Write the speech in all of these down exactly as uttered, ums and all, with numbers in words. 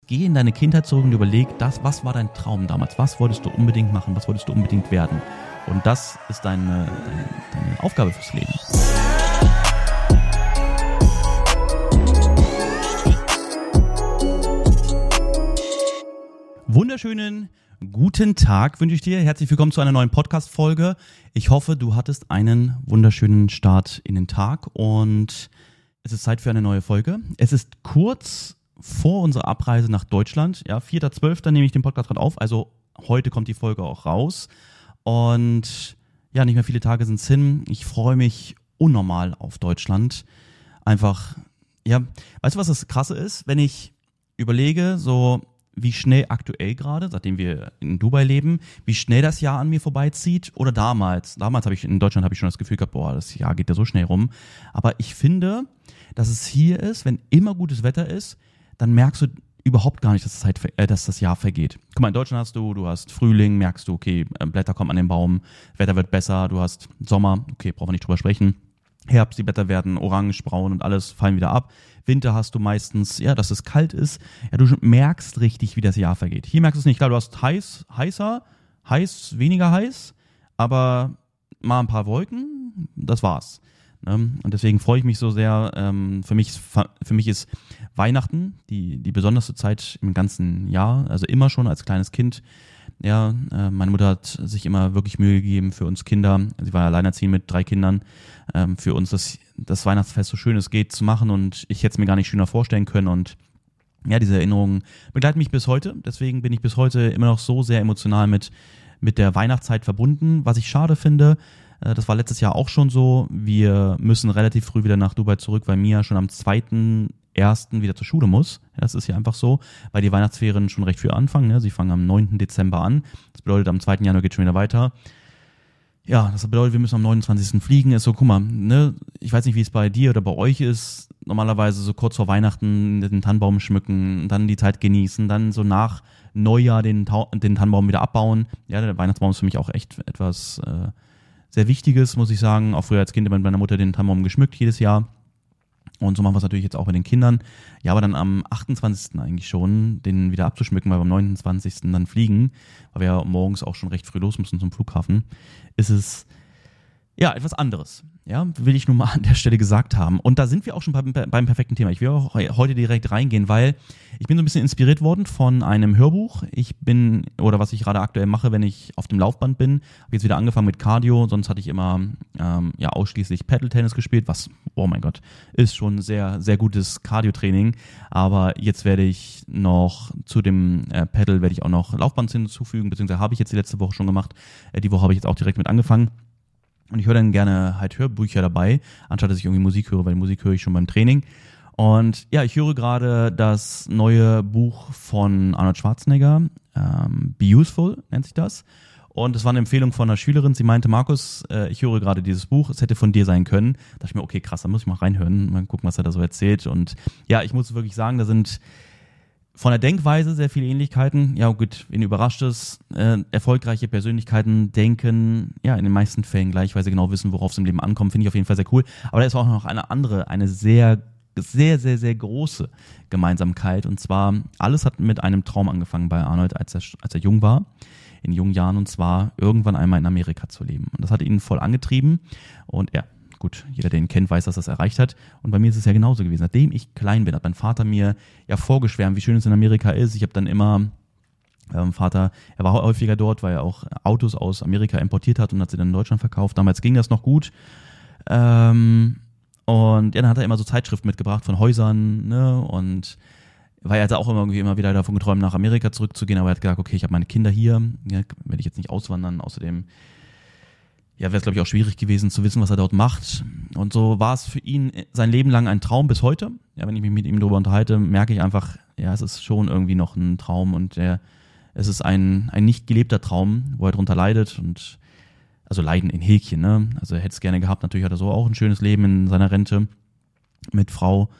geh in deine Kindheit zurück und überleg, das, was war dein Traum damals? Was wolltest du unbedingt machen? Was wolltest du unbedingt werden? Und das ist deine, deine, deine Aufgabe fürs Leben. Wunderschönen guten Tag wünsche ich dir. Herzlich willkommen zu einer neuen Podcast-Folge. Ich hoffe, du hattest einen wunderschönen Start in den Tag und es ist Zeit für eine neue Folge. Es ist kurz vor unserer Abreise nach Deutschland. Ja, vierter zwölfter nehme ich den Podcast gerade auf, also heute kommt die Folge auch raus. Und ja, nicht mehr viele Tage sind es hin. Ich freue mich unnormal auf Deutschland. Einfach, ja, weißt du, was das Krasse ist? Wenn ich überlege, so wie schnell aktuell gerade, seitdem wir in Dubai leben, wie schnell das Jahr an mir vorbeizieht oder damals. Damals habe ich in Deutschland habe ich schon das Gefühl gehabt, boah, das Jahr geht ja so schnell rum. Aber ich finde, dass es hier ist, wenn immer gutes Wetter ist, dann merkst du überhaupt gar nicht, dass, Zeit, äh, dass das Jahr vergeht. Guck mal, in Deutschland hast du, du hast Frühling, merkst du, okay, Blätter kommen an den Baum, Wetter wird besser, du hast Sommer, okay, brauchen wir nicht drüber sprechen. Herbst, die Blätter werden orange, braun und alles fallen wieder ab. Winter hast du meistens, ja, dass es kalt ist. Ja, du merkst richtig, wie das Jahr vergeht. Hier merkst du es nicht. Klar, du hast heiß, heißer, heiß, weniger heiß, aber mal ein paar Wolken, das war's. Und deswegen freue ich mich so sehr. Für mich, für mich ist Weihnachten die, die besonderste Zeit im ganzen Jahr. Also immer schon als kleines Kind. Ja, meine Mutter hat sich immer wirklich Mühe gegeben für uns Kinder. Sie war alleinerziehend mit drei Kindern. Für uns das, das Weihnachtsfest so schön es geht zu machen. Und ich hätte es mir gar nicht schöner vorstellen können. Und ja, diese Erinnerungen begleiten mich bis heute. Deswegen bin ich bis heute immer noch so sehr emotional mit, mit der Weihnachtszeit verbunden. Was ich schade finde, das war letztes Jahr auch schon so. Wir müssen relativ früh wieder nach Dubai zurück, weil Mia schon am zweiten ersten wieder zur Schule muss. Das ist ja einfach so, weil die Weihnachtsferien schon recht früh anfangen. Sie fangen am neunten Dezember an. Das bedeutet, am zweiten Januar geht es schon wieder weiter. Ja, das bedeutet, wir müssen am neunundzwanzigsten fliegen. Ist so, guck mal, ne, ich weiß nicht, wie es bei dir oder bei euch ist. Normalerweise so kurz vor Weihnachten den Tannenbaum schmücken, dann die Zeit genießen, dann so nach Neujahr den, Tau- den Tannenbaum wieder abbauen. Ja, der Weihnachtsbaum ist für mich auch echt etwas äh, sehr Wichtiges, muss ich sagen. Auch früher als Kind mit meiner Mutter den Tannenbaum geschmückt jedes Jahr. Und so machen wir es natürlich jetzt auch bei den Kindern. Ja, aber dann am achtundzwanzigsten eigentlich schon, den wieder abzuschmücken, weil wir am neunundzwanzigsten dann fliegen, weil wir ja morgens auch schon recht früh los müssen zum Flughafen, ist es ja etwas anderes. Ja, will ich nur mal an der Stelle gesagt haben. Und da sind wir auch schon beim, beim perfekten Thema. Ich will auch heute direkt reingehen, weil ich bin so ein bisschen inspiriert worden von einem Hörbuch. Ich bin, oder was ich gerade aktuell mache, wenn ich auf dem Laufband bin, habe jetzt wieder angefangen mit Cardio. Sonst hatte ich immer ähm, ja ausschließlich Paddle-Tennis gespielt, was, oh mein Gott, ist schon sehr, sehr gutes Cardio-Training. Aber jetzt werde ich noch zu dem äh, Paddle werde ich auch noch Laufband hinzufügen, beziehungsweise habe ich jetzt die letzte Woche schon gemacht. Äh, die Woche habe ich jetzt auch direkt mit angefangen. Und ich höre dann gerne halt Hörbücher dabei, anstatt dass ich irgendwie Musik höre, weil Musik höre ich schon beim Training. Und ja, ich höre gerade das neue Buch von Arnold Schwarzenegger, ähm, Be Useful nennt sich das. Und es war eine Empfehlung von einer Schülerin, sie meinte, Markus, äh, ich höre gerade dieses Buch, es hätte von dir sein können. Da dachte ich mir, okay, krass, da muss ich mal reinhören, mal gucken, was er da so erzählt. Und ja, ich muss wirklich sagen, da sind von der Denkweise sehr viele Ähnlichkeiten. Ja gut, wen überrascht es? Äh, erfolgreiche Persönlichkeiten denken, ja in den meisten Fällen gleich, weil sie genau wissen, worauf es im Leben ankommt. Finde ich auf jeden Fall sehr cool. Aber da ist auch noch eine andere, eine sehr, sehr, sehr, sehr große Gemeinsamkeit. Und zwar, alles hat mit einem Traum angefangen bei Arnold, als er, als er jung war, in jungen Jahren. Und zwar irgendwann einmal in Amerika zu leben. Und das hat ihn voll angetrieben. Und ja, gut, jeder, der ihn kennt, weiß, dass er es erreicht hat. Und bei mir ist es ja genauso gewesen. Nachdem ich klein bin, hat mein Vater mir ja vorgeschwärmt, wie schön es in Amerika ist. Ich habe dann immer, ähm, Vater, er war häufiger dort, weil er auch Autos aus Amerika importiert hat und hat sie dann in Deutschland verkauft. Damals ging das noch gut. Ähm, und ja, dann hat er immer so Zeitschriften mitgebracht von Häusern, ne, und weil er hat auch immer irgendwie immer wieder davon geträumt, nach Amerika zurückzugehen, aber er hat gesagt, okay, ich habe meine Kinder hier, ja, werde ich jetzt nicht auswandern, außerdem ja, wäre es, glaube ich, auch schwierig gewesen zu wissen, was er dort macht. Und so war es für ihn sein Leben lang ein Traum bis heute. Ja, wenn ich mich mit ihm darüber unterhalte, merke ich einfach, ja, es ist schon irgendwie noch ein Traum und der, es ist ein, ein nicht gelebter Traum, wo er drunter leidet und, also Leiden in Häkchen, ne? Also er hätte es gerne gehabt, natürlich hat er so auch ein schönes Leben in seiner Rente mit Frau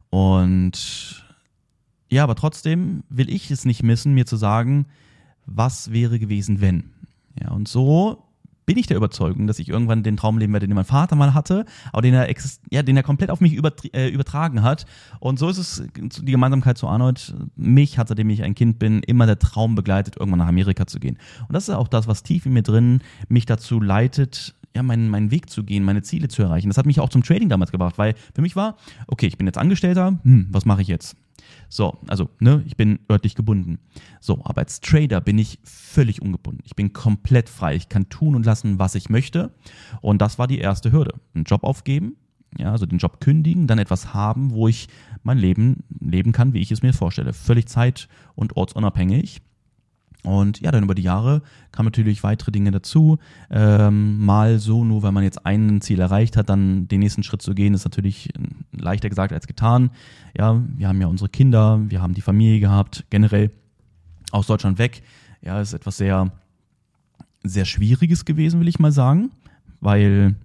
und ja, aber trotzdem will ich es nicht missen, mir zu sagen, was wäre gewesen, wenn. Ja, und so bin ich der Überzeugung, dass ich irgendwann den Traum leben werde, den mein Vater mal hatte, aber den er, exist- ja, den er komplett auf mich übertr- äh, übertragen hat. Und so ist es die Gemeinsamkeit zu Arnold. Mich hat, seitdem ich ein Kind bin, immer der Traum begleitet, irgendwann nach Amerika zu gehen. Und das ist auch das, was tief in mir drin mich dazu leitet, ja, meinen, meinen Weg zu gehen, meine Ziele zu erreichen. Das hat mich auch zum Trading damals gebracht, weil für mich war, okay, ich bin jetzt Angestellter, hm, was mache ich jetzt? So, also, ne, ich bin örtlich gebunden. So, aber als Trader bin ich völlig ungebunden. Ich bin komplett frei. Ich kann tun und lassen, was ich möchte. Und das war die erste Hürde. Einen Job aufgeben, ja, also den Job kündigen, dann etwas haben, wo ich mein Leben leben kann, wie ich es mir vorstelle. Völlig zeit- und ortsunabhängig. Und ja, dann über die Jahre kamen natürlich weitere Dinge dazu. Ähm, mal so, nur weil man jetzt ein Ziel erreicht hat, dann den nächsten Schritt zu gehen, ist natürlich leichter gesagt als getan. Ja, wir haben ja unsere Kinder, wir haben die Familie gehabt, generell aus Deutschland weg. Ja, ist etwas sehr, sehr Schwieriges gewesen, will ich mal sagen, weil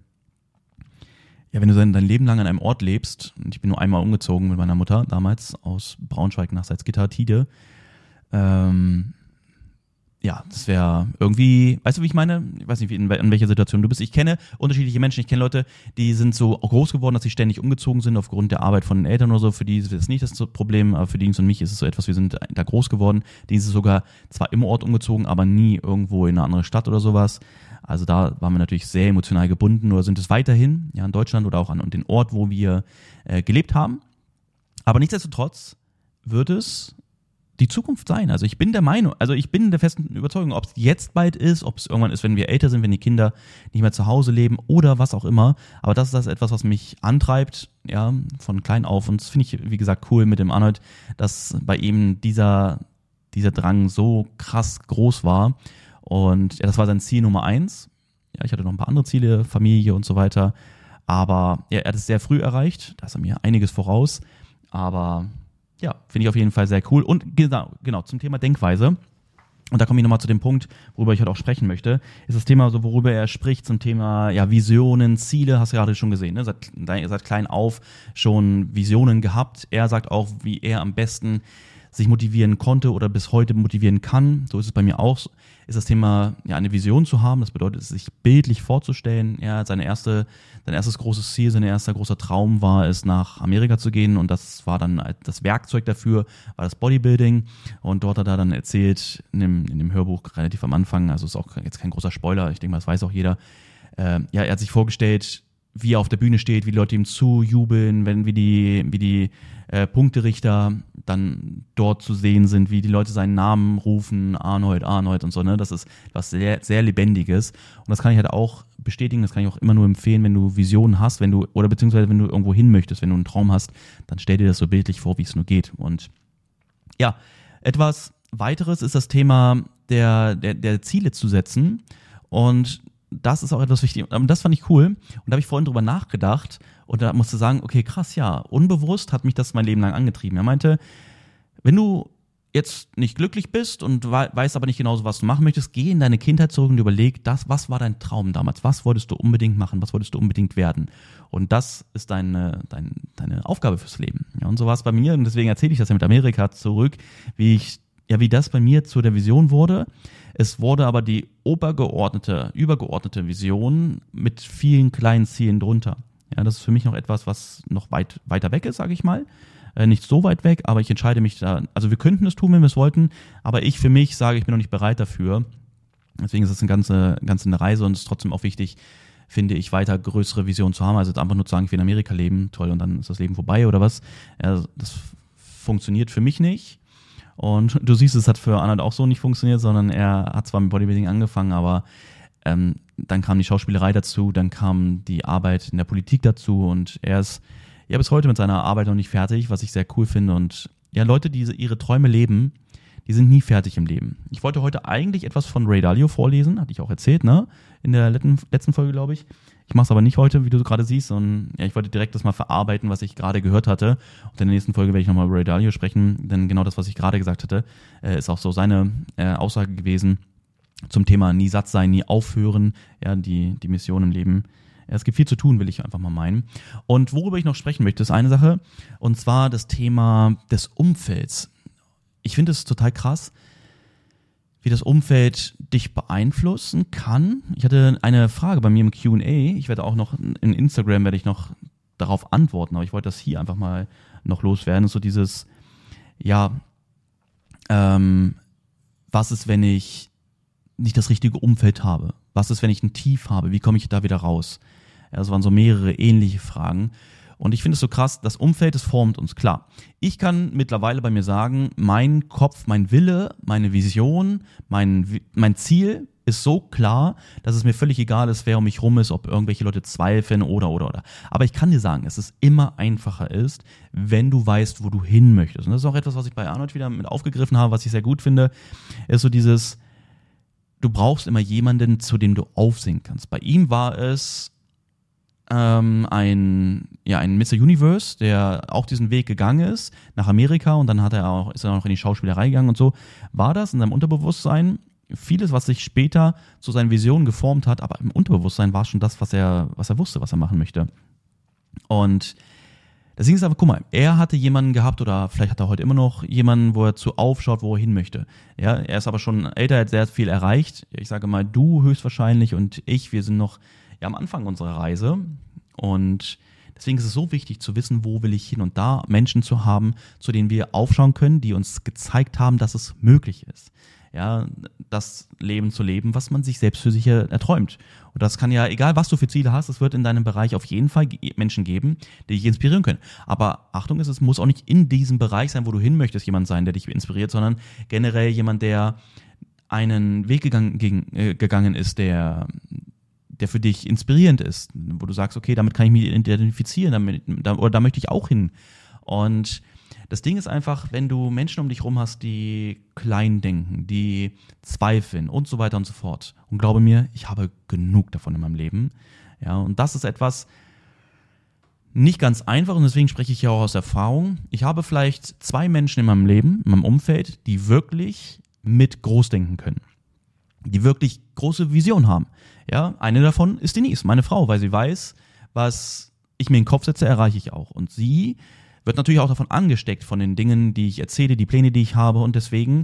ja, wenn du dein, dein Leben lang an einem Ort lebst, und ich bin nur einmal umgezogen mit meiner Mutter, damals aus Braunschweig nach Salzgitter, Tide, ähm, ja, das wäre irgendwie, weißt du, wie ich meine? Ich weiß nicht, in, in welcher Situation du bist. Ich kenne unterschiedliche Menschen. Ich kenne Leute, die sind so groß geworden, dass sie ständig umgezogen sind aufgrund der Arbeit von den Eltern oder so. Für die ist das nicht das Problem, aber für Dienst und mich ist es so etwas, wir sind da groß geworden. Die sind sogar zwar im Ort umgezogen, aber nie irgendwo in eine andere Stadt oder sowas. Also da waren wir natürlich sehr emotional gebunden oder sind es weiterhin, ja, in Deutschland oder auch an den Ort, wo wir äh, gelebt haben. Aber nichtsdestotrotz wird es die Zukunft sein. Also ich bin der Meinung, also ich bin der festen Überzeugung, ob es jetzt bald ist, ob es irgendwann ist, wenn wir älter sind, wenn die Kinder nicht mehr zu Hause leben oder was auch immer. Aber das ist das etwas, was mich antreibt, ja, von klein auf. Und das finde ich, wie gesagt, cool mit dem Arnold, dass bei ihm dieser, dieser Drang so krass groß war. Und ja, das war sein Ziel Nummer eins. Ja, ich hatte noch ein paar andere Ziele, Familie und so weiter. Aber ja, er hat es sehr früh erreicht. Da ist er mir einiges voraus. Aber ja, finde ich auf jeden Fall sehr cool. Und genau, genau zum Thema Denkweise. Und da komme ich nochmal zu dem Punkt, worüber ich heute auch sprechen möchte, ist das Thema, so worüber er spricht, zum Thema ja Visionen, Ziele, hast du gerade schon gesehen, ne? Seit, seit klein auf schon Visionen gehabt. Er sagt auch, wie er am besten sich motivieren konnte oder bis heute motivieren kann. So ist es bei mir auch. Ist das Thema, ja, eine Vision zu haben. Das bedeutet, sich bildlich vorzustellen. Ja, seine erste, sein erstes großes Ziel, sein erster großer Traum war es, nach Amerika zu gehen. Und das war dann das Werkzeug dafür, war das Bodybuilding. Und dort hat er dann erzählt, in dem, in dem Hörbuch relativ am Anfang, also ist auch jetzt kein großer Spoiler, ich denke mal, das weiß auch jeder. Äh, ja, er hat sich vorgestellt, wie er auf der Bühne steht, wie die Leute ihm zujubeln, wenn wie die, wie die äh, Punkterichter dann dort zu sehen sind, wie die Leute seinen Namen rufen, Arnold, Arnold und so, ne? Das ist was sehr, sehr Lebendiges. Und das kann ich halt auch bestätigen, das kann ich auch immer nur empfehlen, wenn du Visionen hast, wenn du, oder beziehungsweise wenn du irgendwo hin möchtest, wenn du einen Traum hast, dann stell dir das so bildlich vor, wie es nur geht. Und ja, etwas weiteres ist das Thema der, der, der Ziele zu setzen. Und das ist auch etwas wichtig. Und das fand ich cool. Und da habe ich vorhin drüber nachgedacht und da musste sagen, okay, krass, ja, unbewusst hat mich das mein Leben lang angetrieben. Er meinte, wenn du jetzt nicht glücklich bist und weißt aber nicht genau, was du machen möchtest, geh in deine Kindheit zurück und überleg, das, was war dein Traum damals? Was wolltest du unbedingt machen? Was wolltest du unbedingt werden? Und das ist deine, deine, deine Aufgabe fürs Leben. Ja, und so war es bei mir und deswegen erzähle ich das ja mit Amerika zurück, wie ich ja, wie das bei mir zu der Vision wurde. Es wurde aber die obergeordnete, übergeordnete Vision mit vielen kleinen Zielen drunter. Ja, das ist für mich noch etwas, was noch weit weiter weg ist, sage ich mal. Äh, nicht so weit weg, aber ich entscheide mich da. Also wir könnten es tun, wenn wir es wollten, aber ich für mich sage, ich bin noch nicht bereit dafür. Deswegen ist es eine ganze, ganze eine Reise und es ist trotzdem auch wichtig, finde ich, weiter größere Visionen zu haben. Also einfach nur zu sagen, ich will in Amerika leben, toll, und dann ist das Leben vorbei oder was. Ja, das funktioniert für mich nicht. Und du siehst, es hat für Arnold auch so nicht funktioniert, sondern er hat zwar mit Bodybuilding angefangen, aber ähm, dann kam die Schauspielerei dazu, dann kam die Arbeit in der Politik dazu und er ist ja bis heute mit seiner Arbeit noch nicht fertig, was ich sehr cool finde. Und ja, Leute, die ihre Träume leben, die sind nie fertig im Leben. Ich wollte heute eigentlich etwas von Ray Dalio vorlesen, hatte ich auch erzählt, ne? In der letzten, letzten Folge, glaube ich. Ich mache es aber nicht heute, wie du gerade siehst, sondern ja, ich wollte direkt das mal verarbeiten, was ich gerade gehört hatte. Und in der nächsten Folge werde ich nochmal über Ray Dalio sprechen, denn genau das, was ich gerade gesagt hatte, äh, ist auch so seine äh, Aussage gewesen zum Thema nie satt sein, nie aufhören, ja, die, die Mission im Leben. Ja, es gibt viel zu tun, will ich einfach mal meinen. Und worüber ich noch sprechen möchte, ist eine Sache, und zwar das Thema des Umfelds. Ich finde es total krass. wie das Umfeld dich beeinflussen kann. Ich hatte eine Frage bei mir im Q und A. Ich werde auch noch in Instagram werde ich noch darauf antworten, aber ich wollte das hier einfach mal noch loswerden. So dieses, ja, ähm, was ist, wenn ich nicht das richtige Umfeld habe? Was ist, wenn ich ein Tief habe? Wie komme ich da wieder raus? Ja, das waren so mehrere ähnliche Fragen. Und ich finde es so krass, das Umfeld, das formt uns, klar. Ich kann mittlerweile bei mir sagen, mein Kopf, mein Wille, meine Vision, mein, mein Ziel ist so klar, dass es mir völlig egal ist, wer um mich rum ist, ob irgendwelche Leute zweifeln oder, oder, oder. Aber ich kann dir sagen, dass es immer einfacher ist, wenn du weißt, wo du hin möchtest. Und das ist auch etwas, was ich bei Arnold wieder mit aufgegriffen habe, was ich sehr gut finde, ist so dieses, du brauchst immer jemanden, zu dem du aufsehen kannst. Bei ihm war es ähm, ein, ja, ein Mister Universe, der auch diesen Weg gegangen ist, nach Amerika, und dann hat er auch, ist er auch in die Schauspielerei gegangen und so. War das in seinem Unterbewusstsein vieles, was sich später zu seinen Visionen geformt hat, aber im Unterbewusstsein war schon das, was er, was er wusste, was er machen möchte. Und deswegen ist aber, guck mal, er hatte jemanden gehabt, oder vielleicht hat er heute immer noch jemanden, wo er zu aufschaut, wo er hin möchte. Ja, er ist aber schon älter, er hat sehr viel erreicht. Ich sage mal, du höchstwahrscheinlich und ich, wir sind noch ja am Anfang unserer Reise. Und deswegen ist es so wichtig zu wissen, wo will ich hin, und da Menschen zu haben, zu denen wir aufschauen können, die uns gezeigt haben, dass es möglich ist. Ja, das Leben zu leben, was man sich selbst für sich erträumt. Und das kann ja, egal was du für Ziele hast, es wird in deinem Bereich auf jeden Fall Menschen geben, die dich inspirieren können. Aber Achtung, es muss auch nicht in diesem Bereich sein, wo du hin möchtest, jemand sein, der dich inspiriert, sondern generell jemand, der einen Weg gegangen, gegen, äh, gegangen ist, der, der für dich inspirierend ist, wo du sagst, okay, damit kann ich mich identifizieren, damit, da, oder da möchte ich auch hin. Und das Ding ist einfach, wenn du Menschen um dich rum hast, die klein denken, die zweifeln und so weiter und so fort. Und glaube mir, ich habe genug davon in meinem Leben. Ja, und das ist etwas nicht ganz einfach, und deswegen spreche ich ja auch aus Erfahrung. Ich habe vielleicht zwei Menschen in meinem Leben, in meinem Umfeld, die wirklich mit groß denken können. Die wirklich große Vision haben. Ja, eine davon ist Denise, meine Frau, weil sie weiß, was ich mir in den Kopf setze, erreiche ich auch. Und sie wird natürlich auch davon angesteckt, von den Dingen, die ich erzähle, die Pläne, die ich habe, und deswegen,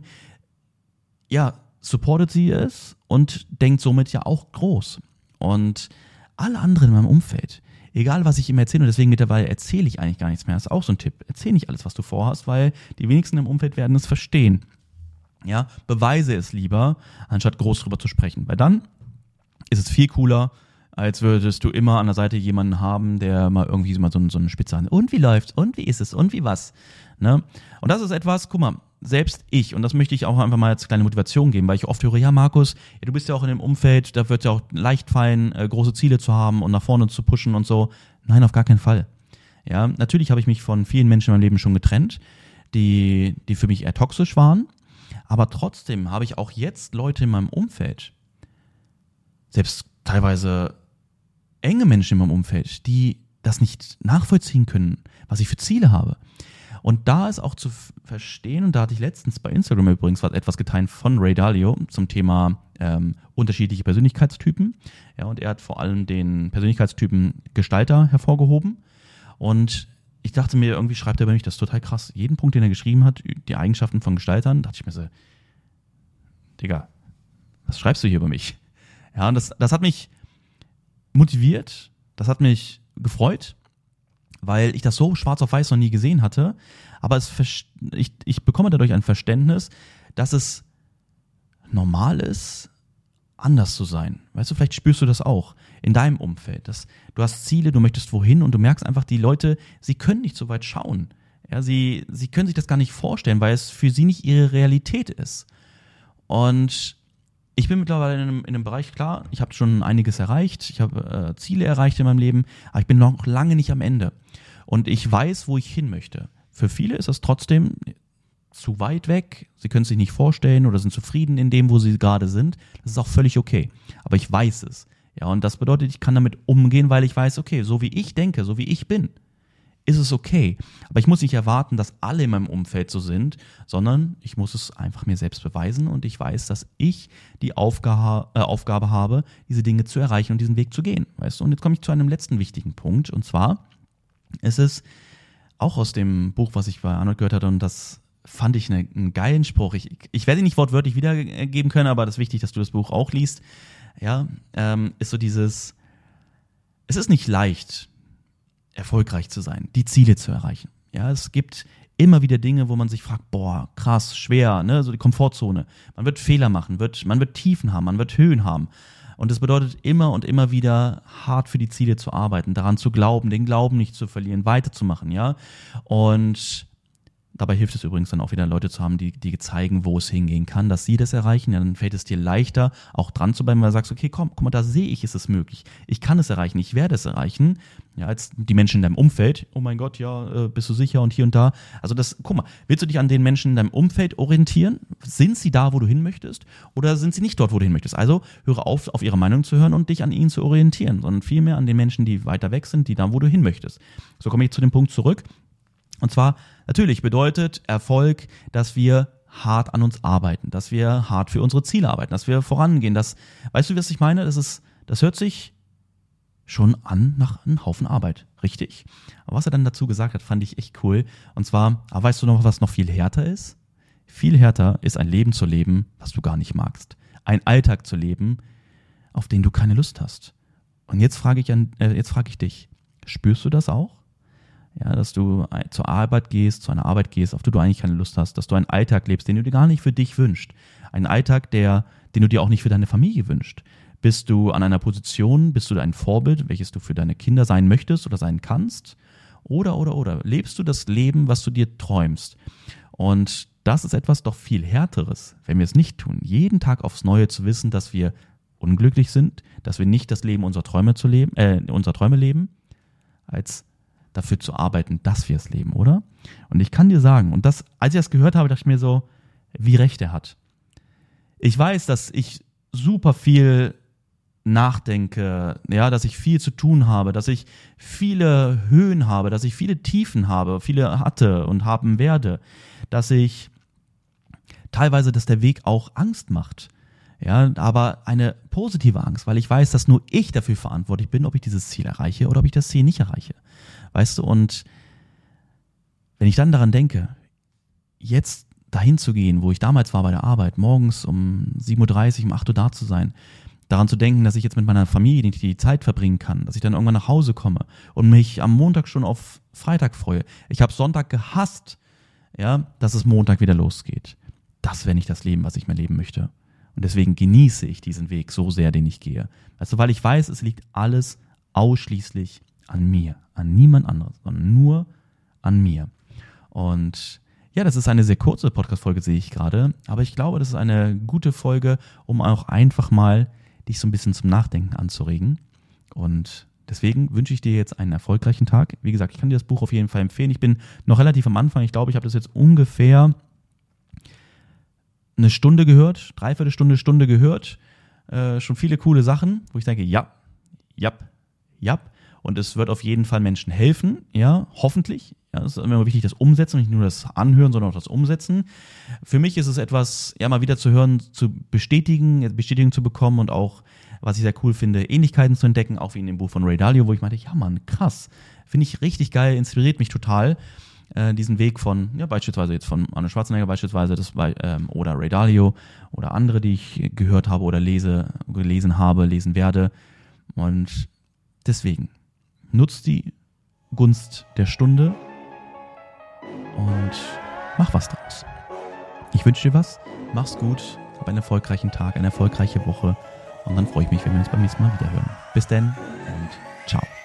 ja, supportet sie es und denkt somit ja auch groß. Und alle anderen in meinem Umfeld, egal was ich ihm erzähle, und deswegen mittlerweile erzähle ich eigentlich gar nichts mehr, das ist auch so ein Tipp, erzähl nicht alles, was du vorhast, weil die wenigsten im Umfeld werden es verstehen. Ja, beweise es lieber, anstatt groß drüber zu sprechen, weil dann ist es viel cooler, als würdest du immer an der Seite jemanden haben, der mal irgendwie mal so, so eine Spitze hat. Und wie läuft's? Und wie ist es? Und wie was? Ne? Und das ist etwas, guck mal, selbst ich, und das möchte ich auch einfach mal als kleine Motivation geben, weil ich oft höre, ja Markus, ja, du bist ja auch in dem Umfeld, da wird ja auch leicht fallen, äh, große Ziele zu haben und nach vorne zu pushen und so. Nein, auf gar keinen Fall. Ja, natürlich habe ich mich von vielen Menschen in meinem Leben schon getrennt, die, die für mich eher toxisch waren, aber trotzdem habe ich auch jetzt Leute in meinem Umfeld, selbst teilweise enge Menschen in meinem Umfeld, die das nicht nachvollziehen können, was ich für Ziele habe. Und da ist auch zu verstehen, und da hatte ich letztens bei Instagram übrigens was etwas geteilt von Ray Dalio zum Thema ähm, unterschiedliche Persönlichkeitstypen. Ja, und er hat vor allem den Persönlichkeitstypen Gestalter hervorgehoben. Und ich dachte mir, irgendwie schreibt er über mich, das ist total krass. Jeden Punkt, den er geschrieben hat, die Eigenschaften von Gestaltern, dachte ich mir so, Digga, was schreibst du hier über mich? Ja, und das, das hat mich motiviert, das hat mich gefreut, weil ich das so schwarz auf weiß noch nie gesehen hatte. Aber es, ich, ich bekomme dadurch ein Verständnis, dass es normal ist, anders zu sein. Weißt du, vielleicht spürst du das auch in deinem Umfeld. Dass du hast Ziele, du möchtest wohin, und du merkst einfach, die Leute, sie können nicht so weit schauen. Ja, sie, sie können sich das gar nicht vorstellen, weil es für sie nicht ihre Realität ist. Und ich bin mittlerweile in einem, in einem Bereich, klar, ich habe schon einiges erreicht, ich habe äh, Ziele erreicht in meinem Leben, aber ich bin noch lange nicht am Ende. Und ich weiß, wo ich hin möchte. Für viele ist das trotzdem zu weit weg, sie können es sich nicht vorstellen oder sind zufrieden in dem, wo sie gerade sind. Das ist auch völlig okay. Aber ich weiß es. Ja, und das bedeutet, ich kann damit umgehen, weil ich weiß, okay, so wie ich denke, so wie ich bin, ist es okay. Aber ich muss nicht erwarten, dass alle in meinem Umfeld so sind, sondern ich muss es einfach mir selbst beweisen, und ich weiß, dass ich die Aufgabe, äh, Aufgabe habe, diese Dinge zu erreichen und diesen Weg zu gehen. Weißt du? Und jetzt komme ich zu einem letzten wichtigen Punkt, und zwar ist es auch aus dem Buch, was ich bei Arnold gehört hatte, und das fand ich eine, einen geilen Spruch. Ich, ich werde ihn nicht wortwörtlich wiedergeben können, aber das ist wichtig, dass du das Buch auch liest. Ja, ähm, ist so dieses, es ist nicht leicht, erfolgreich zu sein, die Ziele zu erreichen. Ja, es gibt immer wieder Dinge, wo man sich fragt, boah, krass, schwer, ne, so die Komfortzone. Man wird Fehler machen, wird, man wird Tiefen haben, man wird Höhen haben. Und das bedeutet immer und immer wieder hart für die Ziele zu arbeiten, daran zu glauben, den Glauben nicht zu verlieren, weiterzumachen, ja. Und dabei hilft es übrigens dann auch wieder, Leute zu haben, die, die zeigen, wo es hingehen kann, dass sie das erreichen. Ja, dann fällt es dir leichter, auch dran zu bleiben, weil du sagst, okay, komm, guck mal, da sehe ich, ist es möglich. Ich kann es erreichen, ich werde es erreichen. Ja, als die Menschen in deinem Umfeld, oh mein Gott, ja, bist du sicher und hier und da. Also das, guck mal, willst du dich an den Menschen in deinem Umfeld orientieren? Sind sie da, wo du hin möchtest? Oder sind sie nicht dort, wo du hin möchtest? Also höre auf, auf ihre Meinung zu hören und dich an ihnen zu orientieren, sondern vielmehr an den Menschen, die weiter weg sind, die da, wo du hin möchtest. So komme ich zu dem Punkt zurück. Und zwar, natürlich bedeutet Erfolg, dass wir hart an uns arbeiten, dass wir hart für unsere Ziele arbeiten, dass wir vorangehen. Das, weißt du, was ich meine? Das ist, das hört sich schon an nach einem Haufen Arbeit, richtig. Aber was er dann dazu gesagt hat, fand ich echt cool. Und zwar, aber weißt du noch, was noch viel härter ist? Viel härter ist ein Leben zu leben, was du gar nicht magst. Ein Alltag zu leben, auf den du keine Lust hast. Und jetzt frage ich, an, äh, jetzt frage ich dich, spürst du das auch? Ja, dass du zur Arbeit gehst, zu einer Arbeit gehst, auf die du eigentlich keine Lust hast, dass du einen Alltag lebst, den du dir gar nicht für dich wünschst. Einen Alltag, der, den du dir auch nicht für deine Familie wünschst. Bist du an einer Position, bist du ein Vorbild, welches du für deine Kinder sein möchtest oder sein kannst? Oder, oder, oder. Lebst du das Leben, was du dir träumst? Und das ist etwas doch viel Härteres, wenn wir es nicht tun. Jeden Tag aufs Neue zu wissen, dass wir unglücklich sind, dass wir nicht das Leben unserer Träume zu leben, äh, unserer Träume leben, als dafür zu arbeiten, dass wir es leben, oder? Und ich kann dir sagen, und das, als ich das gehört habe, dachte ich mir so, wie recht er hat. Ich weiß, dass ich super viel nachdenke, ja, dass ich viel zu tun habe, dass ich viele Höhen habe, dass ich viele Tiefen habe, viele hatte und haben werde, dass ich teilweise, dass der Weg auch Angst macht. Ja, aber eine positive Angst, weil ich weiß, dass nur ich dafür verantwortlich bin, ob ich dieses Ziel erreiche oder ob ich das Ziel nicht erreiche. Weißt du, und wenn ich dann daran denke, jetzt dahin zu gehen, wo ich damals war bei der Arbeit, morgens um sieben Uhr dreißig, um acht Uhr da zu sein, daran zu denken, dass ich jetzt mit meiner Familie die Zeit verbringen kann, dass ich dann irgendwann nach Hause komme und mich am Montag schon auf Freitag freue. Ich habe Sonntag gehasst, ja, dass es Montag wieder losgeht. Das wäre nicht das Leben, was ich mehr leben möchte. Und deswegen genieße ich diesen Weg so sehr, den ich gehe. Also, weil ich weiß, es liegt alles ausschließlich an mir, an niemand anderes, sondern nur an mir. Und ja, das ist eine sehr kurze Podcast-Folge, sehe ich gerade, aber ich glaube, das ist eine gute Folge, um auch einfach mal dich so ein bisschen zum Nachdenken anzuregen. Und deswegen wünsche ich dir jetzt einen erfolgreichen Tag. Wie gesagt, ich kann dir das Buch auf jeden Fall empfehlen. Ich bin noch relativ am Anfang. Ich glaube, ich habe das jetzt ungefähr eine Stunde gehört, dreiviertel Stunde, Stunde gehört. Äh, schon viele coole Sachen, wo ich denke, ja, ja, ja. Und es wird auf jeden Fall Menschen helfen, ja, hoffentlich. Ja, es ist immer wichtig, das Umsetzen, nicht nur das Anhören, sondern auch das Umsetzen. Für mich ist es etwas, ja, mal wieder zu hören, zu bestätigen, Bestätigung zu bekommen und auch, was ich sehr cool finde, Ähnlichkeiten zu entdecken, auch wie in dem Buch von Ray Dalio, wo ich meinte, ja Mann, krass, finde ich richtig geil, inspiriert mich total, äh, diesen Weg von, ja, beispielsweise jetzt von Arnold Schwarzenegger beispielsweise, das war, ähm, oder Ray Dalio oder andere, die ich gehört habe oder lese, gelesen habe, lesen werde. Und deswegen, nutzt die Gunst der Stunde und mach was draus. Ich wünsche dir was, mach's gut, hab einen erfolgreichen Tag, eine erfolgreiche Woche und dann freue ich mich, wenn wir uns beim nächsten Mal wieder hören. Bis dann und ciao.